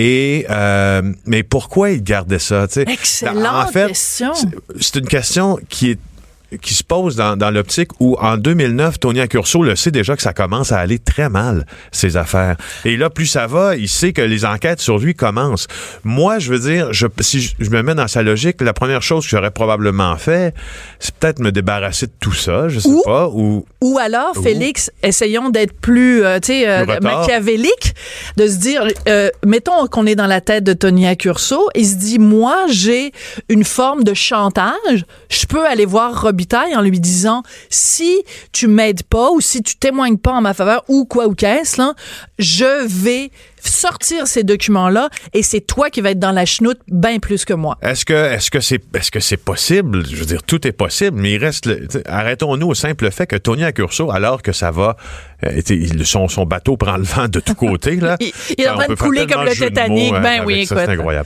E: Mais pourquoi il gardait ça? T'sais?
C: Excellente question.
E: C'est une question qui se pose dans l'optique où, en 2009, Tony Accurso le sait déjà que ça commence à aller très mal, ses affaires. Et là, plus ça va, il sait que les enquêtes sur lui commencent. Moi, je veux dire, si je me mets dans sa logique, la première chose que j'aurais probablement fait, c'est peut-être me débarrasser de tout ça, je sais pas. Ou
C: alors, Félix, essayons d'être plus machiavélique, de se dire, mettons qu'on est dans la tête de Tony Accurso, il se dit, moi, j'ai une forme de chantage, je peux aller voir Robitaille en lui disant, si tu m'aides pas ou si tu témoignes pas en ma faveur ou quoi ou qu'est-ce, là, je vais sortir ces documents-là et c'est toi qui vas être dans la chenoute bien plus que moi.
E: Est-ce que c'est possible? Je veux dire, tout est possible, mais il reste... arrêtons-nous au simple fait que Tony Accurso, alors que ça va... son bateau prend le vent de tous côtés, là.
C: il est en train de couler comme le Titanic. Oui, écoute.
E: C'est incroyable.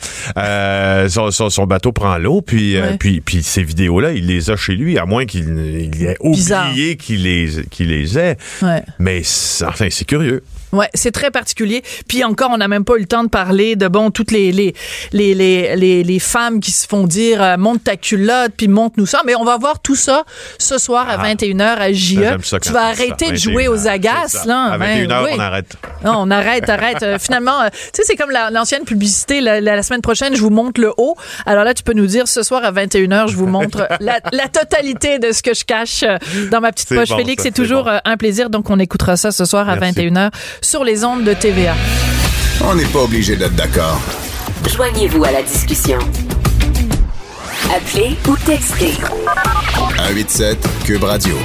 E: Son bateau prend l'eau, puis ces vidéos-là, il les a chez lui, à moins qu'il ait oublié qu'il les ait. Ouais. Mais enfin, c'est curieux.
C: Ouais, c'est très particulier. Puis encore, on n'a même pas eu le temps de parler de toutes les femmes qui se font dire monte ta culotte puis monte-nous ça. Mais on va voir tout ça ce soir à 21h à JE. Tu vas arrêter de jouer aux agaces là.
E: À 21h, on arrête.
C: Non, on arrête. Finalement, tu sais, c'est comme l'ancienne publicité. La semaine prochaine, je vous montre le haut. Alors là, tu peux nous dire ce soir à 21h, je vous montre la totalité de ce que je cache dans ma petite poche. Félix, c'est toujours un plaisir. Donc, on écoutera ça ce soir à 21h. Sur les ondes de TVA.
B: On n'est pas obligé d'être d'accord.
A: Joignez-vous à la discussion. Appelez ou textez.
B: 187 Cube Radio.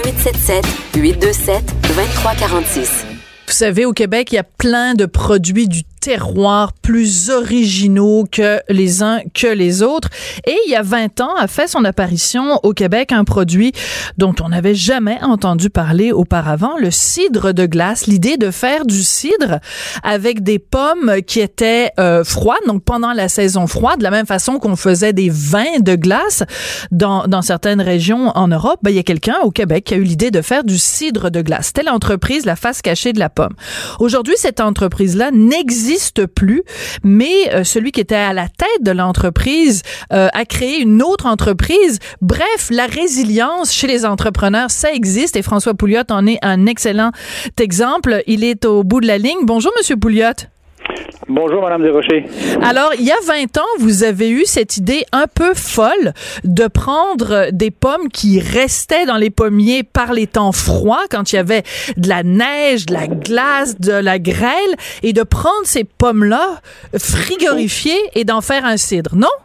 A: 1877-827-2346.
C: Vous savez, au Québec, il y a plein de produits du terroir plus originaux que les uns que les autres. Et il y a 20 ans, a fait son apparition au Québec un produit dont on n'avait jamais entendu parler auparavant, le cidre de glace. L'idée de faire du cidre avec des pommes qui étaient froides, donc pendant la saison froide, de la même façon qu'on faisait des vins de glace dans certaines régions en Europe. Il y a quelqu'un au Québec qui a eu l'idée de faire du cidre de glace. C'était l'entreprise La Face Cachée de la Pomme. Aujourd'hui, cette entreprise-là n'existe plus, mais celui qui était à la tête de l'entreprise a créé une autre entreprise. Bref, la résilience chez les entrepreneurs, ça existe et François Pouliot en est un excellent exemple. Il est au bout de la ligne. Bonjour, Monsieur Pouliot.
F: Bonjour, Madame Desrochers.
C: Alors, il y a 20 ans, vous avez eu cette idée un peu folle de prendre des pommes qui restaient dans les pommiers par les temps froids, quand il y avait de la neige, de la glace, de la grêle, et de prendre ces pommes-là frigorifiées et d'en faire un cidre, non?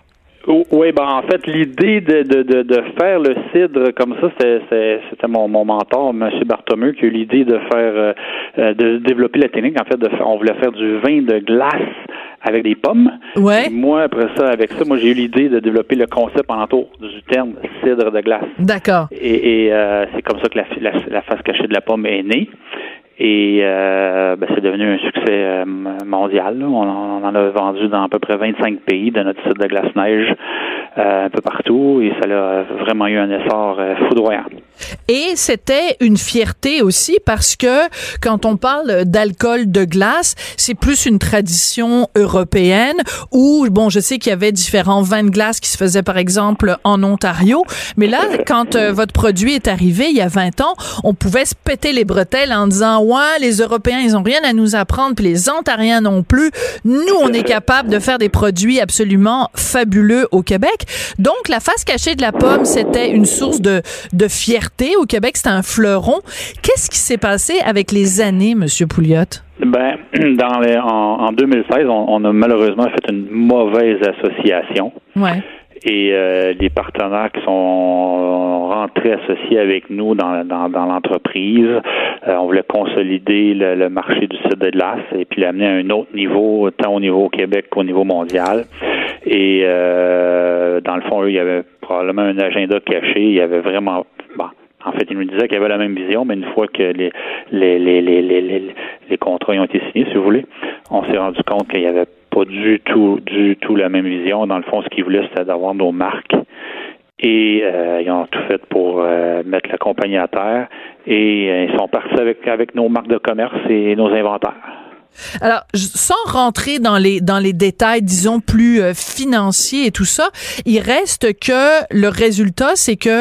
F: Oui, en fait, l'idée de faire le cidre comme ça, c'était mon mentor, M. Barthomeu, qui a eu l'idée de faire, de développer la technique. En fait, on voulait faire du vin de glace avec des pommes.
C: Ouais.
F: Et moi, après ça, j'ai eu l'idée de développer le concept en entour du terme cidre de glace.
C: D'accord.
F: Et c'est comme ça que la face cachée de la pomme est née. Et c'est devenu un succès mondial. On en a vendu dans à peu près 25 pays de notre site de glace-neige un peu partout, et ça a vraiment eu un essor foudroyant.
C: Et c'était une fierté aussi parce que quand on parle d'alcool de glace, c'est plus une tradition européenne où, je sais qu'il y avait différents vins de glace qui se faisaient par exemple en Ontario, mais là, quand votre produit est arrivé il y a 20 ans, on pouvait se péter les bretelles en disant ouais, les Européens, ils ont rien à nous apprendre, puis les Ontariens non plus. Nous, on est capable de faire des produits absolument fabuleux au Québec. Donc, la face cachée de la pomme, c'était une source de fierté. Au Québec, c'était un fleuron. Qu'est-ce qui s'est passé avec les années, M. Pouliot?
F: En 2016, on a malheureusement fait une mauvaise association.
C: Ouais.
F: Et les partenaires qui sont rentrés associés avec nous dans l'entreprise, on voulait consolider le marché du cidre de glace et puis l'amener à un autre niveau, tant au niveau au Québec qu'au niveau mondial. Et dans le fond, eux, il y avait probablement un agenda caché. Il y avait vraiment... En fait, ils nous disaient qu'il y avait la même vision, mais une fois que les contrats ont été signés, si vous voulez, on s'est rendu compte qu'il n'y avait pas du tout la même vision. Dans le fond, ce qu'ils voulaient, c'était d'avoir nos marques. Et ils ont tout fait pour mettre la compagnie à terre. Et ils sont partis avec nos marques de commerce et nos inventaires.
C: Alors, sans rentrer dans les détails, disons, plus financiers et tout ça, il reste que le résultat, c'est que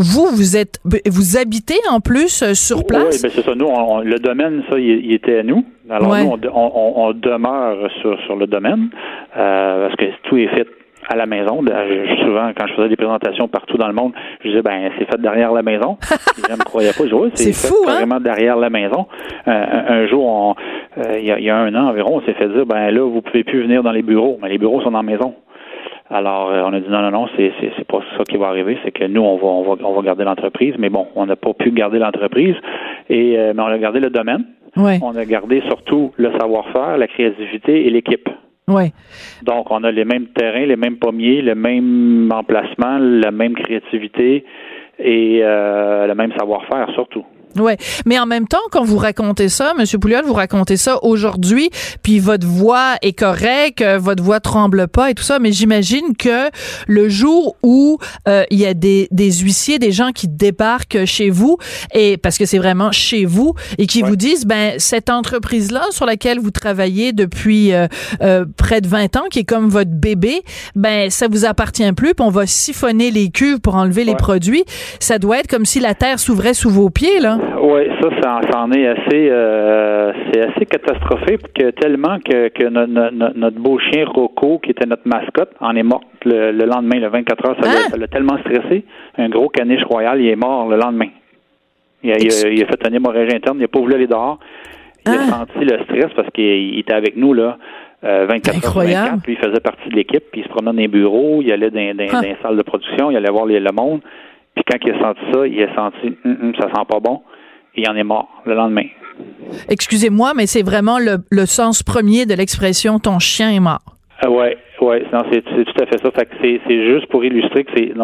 C: vous habitez en plus sur place?
F: Oui, c'est ça. Nous, le domaine, ça, il était à nous. Alors, nous, on demeure sur le domaine parce que tout est fait à la maison. Souvent, quand je faisais des présentations partout dans le monde, je disais, c'est fait derrière la maison. Les gens ne me croyaient pas. Je disais, c'est fait fou, carrément derrière la maison. Un jour, il y a 1 an environ, on s'est fait dire, là, vous pouvez plus venir dans les bureaux. Mais les bureaux sont dans la maison. Alors, on a dit, non, c'est pas ça qui va arriver. C'est que nous, on va garder l'entreprise. Mais bon, on n'a pas pu garder l'entreprise. Mais on a gardé le domaine.
C: Ouais.
F: On a gardé surtout le savoir-faire, la créativité et l'équipe.
C: Ouais.
F: Donc, on a les mêmes terrains, les mêmes pommiers, le même emplacement, la même créativité et le même savoir-faire surtout.
C: Ouais, mais en même temps, quand vous racontez ça, M. Pouliot, vous racontez ça aujourd'hui, puis votre voix est correcte, votre voix tremble pas et tout ça, mais j'imagine que le jour où il y a des huissiers, des gens qui débarquent chez vous, et parce que c'est vraiment chez vous, et qui vous disent, cette entreprise-là sur laquelle vous travaillez depuis près de 20 ans, qui est comme votre bébé, ça vous appartient plus, puis on va siphonner les cuves pour enlever les produits. Ça doit être comme si la terre s'ouvrait sous vos pieds, là.
F: Oui, ça en est assez, c'est assez catastrophique tellement que notre beau chien Rocco, qui était notre mascotte, en est mort le lendemain, le 24 heures. Ça l'a tellement stressé. Un gros caniche royal, il est mort le lendemain. Il a fait une hémorragie interne, il n'a pas voulu aller dehors. Il a senti le stress parce qu'il était avec nous, là. 24 heures sur 24, puis il faisait partie de l'équipe, puis il se promenait dans les bureaux, il allait dans les salles de production, il allait voir le monde. Puis quand il a senti ça, il a senti ça sent pas bon, et il en est mort le lendemain.
C: Excusez-moi, mais c'est vraiment le sens premier de l'expression « ton chien est mort ».
F: Oui, non, c'est tout à fait ça. Fait que c'est juste pour illustrer que c'est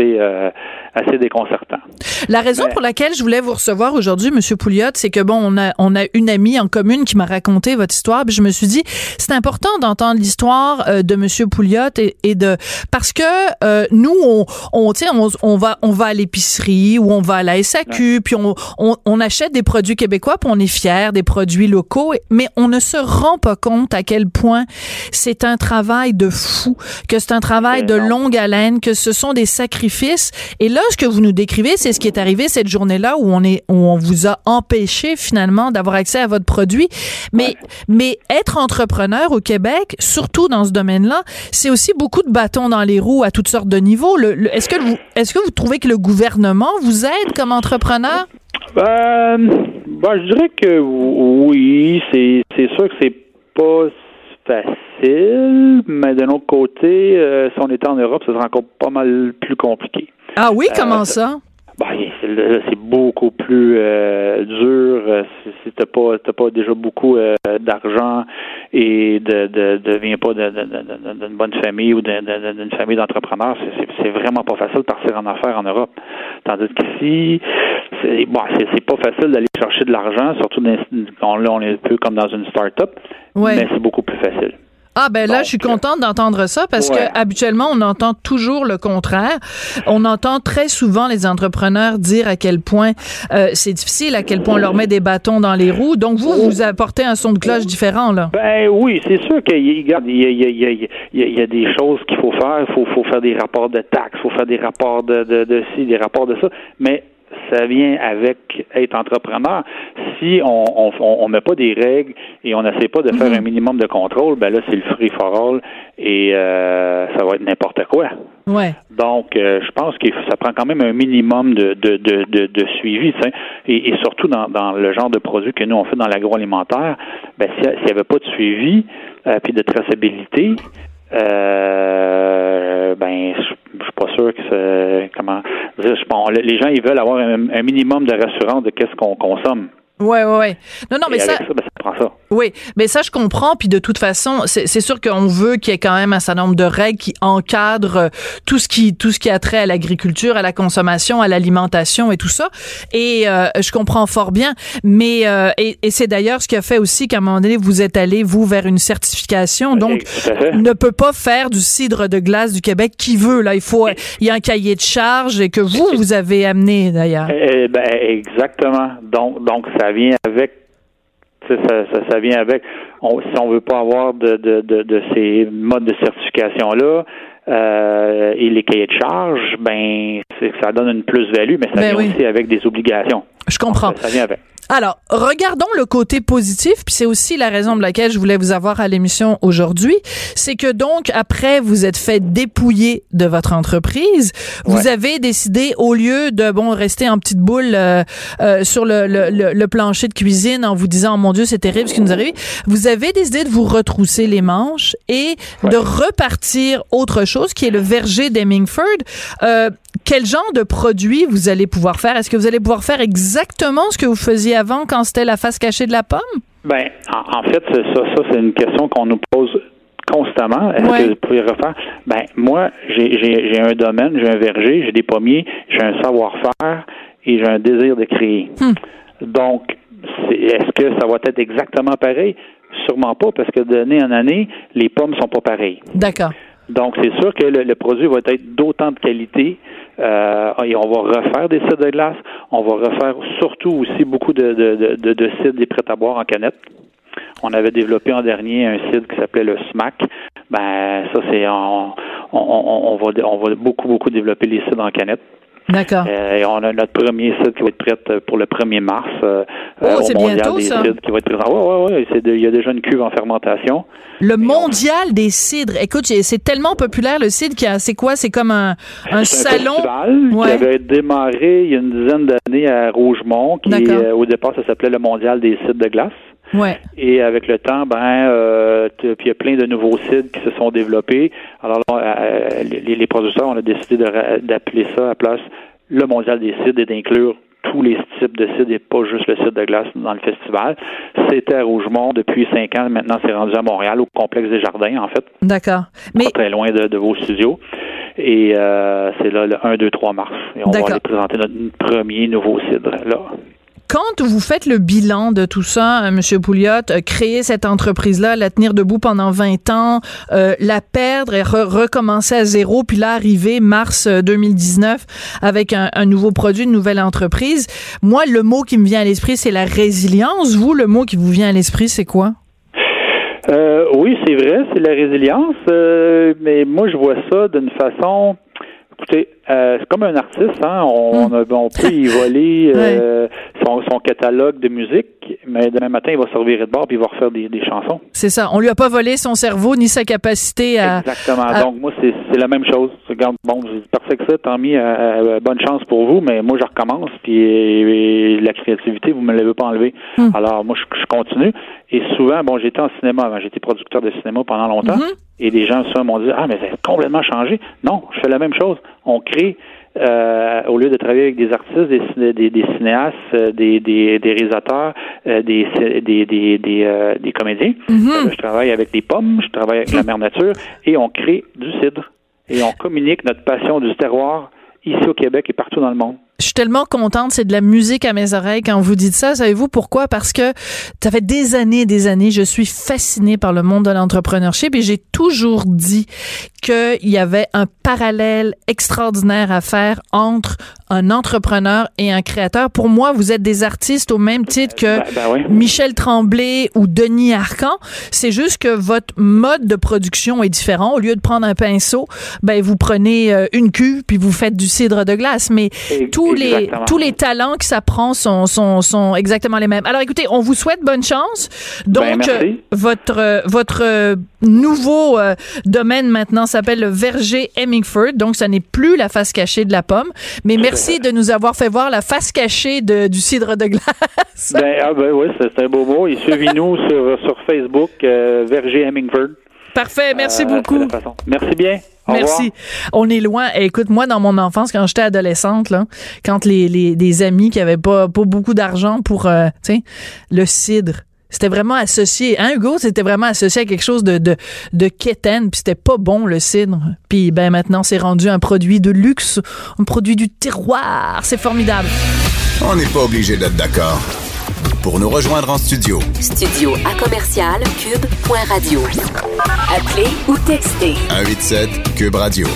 F: assez déconcertant.
C: La raison pour laquelle je voulais vous recevoir aujourd'hui, M. Pouliot, c'est que on a une amie en commune qui m'a raconté votre histoire, puis je me suis dit c'est important d'entendre l'histoire de M. Pouliot et de parce que nous on va à l'épicerie ou on va à la SAQ, puis on achète des produits québécois, puis on est fiers des produits locaux, mais on ne se rend pas compte à quel point c'est un travail de fou, que c'est un travail de longue haleine, que ce sont des sacrifices. Et là, ce que vous nous décrivez, c'est ce qui est arrivé cette journée-là où on vous a empêché finalement d'avoir accès à votre produit. Mais être entrepreneur au Québec, surtout dans ce domaine-là, c'est aussi beaucoup de bâtons dans les roues à toutes sortes de niveaux. Est-ce que vous trouvez que le gouvernement vous aide comme entrepreneur?
F: Je dirais que oui. C'est sûr que c'est facile, mais d'un autre côté, si on était en Europe, ça serait encore pas mal plus compliqué.
C: Ah oui, comment ça?
F: C'est beaucoup plus dur si t'as pas déjà beaucoup d'argent et viens pas d'une bonne famille ou d'une famille d'entrepreneurs. C'est vraiment pas facile de partir en affaires en Europe. Tandis qu'ici, c'est pas facile d'aller chercher de l'argent, surtout là on est un peu comme dans une start-up, mais c'est beaucoup plus facile.
C: Ah ben là, je suis contente d'entendre ça parce que habituellement, on entend toujours le contraire. On entend très souvent les entrepreneurs dire à quel point c'est difficile, à quel point on leur met des bâtons dans les roues. Donc vous apportez un son de cloche différent là.
F: Ben oui, c'est sûr qu'il y a des choses qu'il faut faire. Il faut faire des rapports de taxes, il faut faire des rapports de ci, des rapports de ça. Mais ça vient avec être entrepreneur. Si on met pas des règles et on n'essaie pas de faire un minimum de contrôle, ben là, c'est le free for all et ça va être n'importe quoi.
C: Ouais.
F: Donc, je pense que ça prend quand même un minimum de suivi, tu sais. Et surtout dans le genre de produits que nous, on fait dans l'agroalimentaire, ben s'il n'y avait pas de suivi puis de traçabilité, je suis pas sûr que c'est les gens ils veulent avoir un minimum de rassurance de qu'est-ce qu'on consomme.
C: Ouais. Non, mais ça
F: prend ça.
C: Oui, mais ça, je comprends. Puis de toute façon, c'est sûr qu'on veut qu'il y ait quand même un certain nombre de règles qui encadrent tout ce qui a trait à l'agriculture, à la consommation, à l'alimentation et tout ça. Et je comprends fort bien. Mais et c'est d'ailleurs ce qui a fait aussi qu'à un moment donné, vous êtes allé, vous, vers une certification. Donc, ne peut pas faire du cidre de glace du Québec qui veut. Là, il y a un cahier de charges et que vous avez amené, d'ailleurs.
F: Exactement. Donc, ça vient avec. Ça vient avec. Si on veut pas avoir de ces modes de certification là et les cahiers de charges, ça donne une plus-value, mais ça vient aussi avec des obligations.
C: Je comprends.
F: Donc, ça vient avec.
C: Alors, regardons le côté positif, puis c'est aussi la raison pour laquelle je voulais vous avoir à l'émission aujourd'hui, c'est que donc, après, vous êtes fait dépouiller de votre entreprise, vous avez décidé, au lieu de, rester en petite boule sur le plancher de cuisine en vous disant, oh mon Dieu, c'est terrible ce qui nous arrive, vous avez décidé de vous retrousser les manches et de repartir autre chose, qui est le verger d'Hemingford. Quel genre de produit vous allez pouvoir faire? Est-ce que vous allez pouvoir faire exactement ce que vous faisiez avant quand c'était la face cachée de la pomme?
F: En fait, ça c'est une question qu'on nous pose constamment. Est-ce que vous pouvez refaire? Moi, j'ai un domaine, j'ai un verger, j'ai des pommiers, j'ai un savoir-faire et j'ai un désir de créer. Donc, est-ce que ça va être exactement pareil? Sûrement pas, parce que d'année en année, les pommes sont pas pareilles.
C: D'accord.
F: Donc, c'est sûr que le produit va être d'autant de qualité et on va refaire des cidres de glace. On va refaire surtout aussi beaucoup de cidres des prêts-à-boire en canette. On avait développé en dernier un cidre qui s'appelait le SMAC. Ça, c'est on va beaucoup développer les cidres en canette.
C: D'accord.
F: Et on a notre premier cidre qui va être prêt pour le 1er mars
C: c'est
F: au Mondial
C: bientôt,
F: des
C: ça.
F: cidres qui va être présent. Oui. Il y a déjà une cuve en fermentation.
C: Le Mondial des cidres. Écoute, c'est tellement populaire, le cidre, c'est quoi? C'est comme un salon.
F: Un festival qui avait démarré il y a une dizaine d'années à Rougemont, qui au départ, ça s'appelait le Mondial des cidres de glace.
C: Ouais.
F: Et avec le temps, puis il y a plein de nouveaux cidres qui se sont développés. Alors là, les producteurs, on a décidé d'appeler ça à la place le Mondial des cidres et d'inclure tous les types de cidres et pas juste le cidre de glace dans le festival. C'était à Rougemont depuis 5 ans. Maintenant, c'est rendu à Montréal, au complexe des Jardins, en fait.
C: D'accord. Mais
F: pas très loin de vos studios. Et c'est là le 1, 2, 3 mars. Et on va aller présenter notre premier nouveau cidre, là.
C: Quand vous faites le bilan de tout ça, M. Pouliot, créer cette entreprise-là, la tenir debout pendant 20 ans, la perdre et recommencer à zéro, puis là, arriver mars 2019 avec un nouveau produit, une nouvelle entreprise, moi, le mot qui me vient à l'esprit, c'est la résilience. Vous, le mot qui vous vient à l'esprit, c'est quoi?
F: Oui, c'est vrai, c'est la résilience, mais moi, je vois ça d'une façon... Écoutez, c'est comme un artiste, hein. On peut y voler son catalogue de musique, mais demain matin, il va se revirer de bord puis il va refaire des chansons.
C: C'est ça. On lui a pas volé son cerveau ni sa capacité à...
F: Exactement. Donc, moi, c'est la même chose. Regarde, bon, c'est parfait que ça, tant mieux, bonne chance pour vous, mais moi, je recommence, puis la créativité, vous me l'avez pas enlevée. Alors, moi, je continue. Et souvent, bon, j'étais en cinéma avant, j'étais producteur de cinéma pendant longtemps, et des gens souvent m'ont dit, mais ça a complètement changé. Non, je fais la même chose. On crée, au lieu de travailler avec des artistes, des cinéastes, des réalisateurs, des comédiens, je travaille avec des pommes, je travaille avec la mère nature, et on crée du cidre. Et on communique notre passion du terroir ici au Québec et partout dans le monde.
C: Je suis tellement contente, c'est de la musique à mes oreilles quand vous dites ça. Savez-vous pourquoi? Parce que ça fait des années, je suis fascinée par le monde de l'entrepreneurship et j'ai toujours dit qu'il y avait un parallèle extraordinaire à faire entre un entrepreneur et un créateur. Pour moi, vous êtes des artistes au même titre que
F: oui.
C: Michel Tremblay ou Denis Arcand. C'est juste que votre mode de production est différent. Au lieu de prendre un pinceau, vous prenez une cuve puis vous faites du cidre de glace. Mais tous les talents que ça prend sont exactement les mêmes. Alors écoutez, on vous souhaite bonne chance. Donc votre nouveau domaine maintenant s'appelle le verger Hemingford. Donc ça n'est plus la face cachée de la pomme, mais merci de nous avoir fait voir la face cachée du cidre de glace.
F: Oui, c'est un beau mot. Et suivez-nous sur Facebook, verger Hemingford.
C: Parfait, merci beaucoup.
F: Merci bien.
C: Merci. On est loin. Écoute, moi, dans mon enfance, quand j'étais adolescente, là, quand les amis qui avaient pas beaucoup d'argent pour, le cidre, c'était vraiment associé. Hugo, c'était vraiment associé à quelque chose de quétaine, puis c'était pas bon, le cidre. Puis, maintenant, c'est rendu un produit de luxe, un produit du terroir. C'est formidable.
B: On n'est pas obligé d'être d'accord. Pour nous rejoindre en studio.
A: Studio à commercial cube.radio. Appelez ou textez.
B: 187 Cube Radio.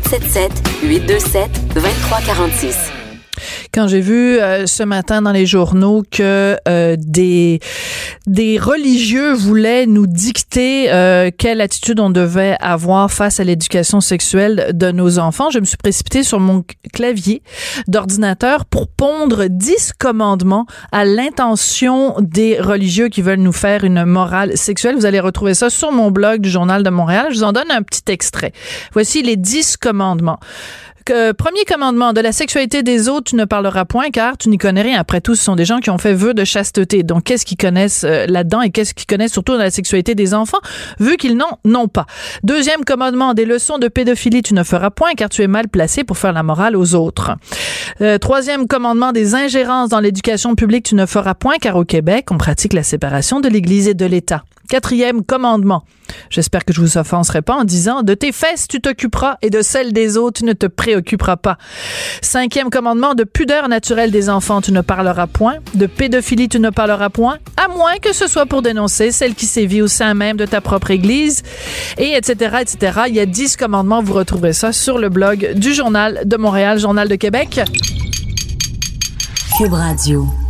A: 1877-827-2346.
C: Quand j'ai vu ce matin dans les journaux que des religieux voulaient nous dicter quelle attitude on devait avoir face à l'éducation sexuelle de nos enfants, je me suis précipitée sur mon clavier d'ordinateur pour pondre 10 commandements à l'intention des religieux qui veulent nous faire une morale sexuelle. Vous allez retrouver ça sur mon blog du Journal de Montréal. Je vous en donne un petit extrait. Voici les 10 commandements. Premier commandement, de la sexualité des autres, tu ne parleras point car tu n'y connais rien. Après tout, ce sont des gens qui ont fait vœu de chasteté. Donc, qu'est-ce qu'ils connaissent là-dedans et qu'est-ce qu'ils connaissent surtout dans la sexualité des enfants, vu qu'ils n'ont pas. Deuxième commandement, des leçons de pédophilie, tu ne feras point car tu es mal placé pour faire la morale aux autres. Troisième commandement, des ingérences dans l'éducation publique, tu ne feras point car au Québec, on pratique la séparation de l'Église et de l'État. Quatrième commandement. J'espère que je vous offenserai pas en disant de tes fesses tu t'occuperas et de celles des autres tu ne te préoccuperas pas. Cinquième commandement, de pudeur naturelle des enfants tu ne parleras point. De pédophilie tu ne parleras point, à moins que ce soit pour dénoncer celle qui sévit au sein même de ta propre église, et etc., etc. Il y a 10 commandements, vous retrouverez ça sur le blog du Journal de Montréal, Journal de Québec.
A: Cube Radio.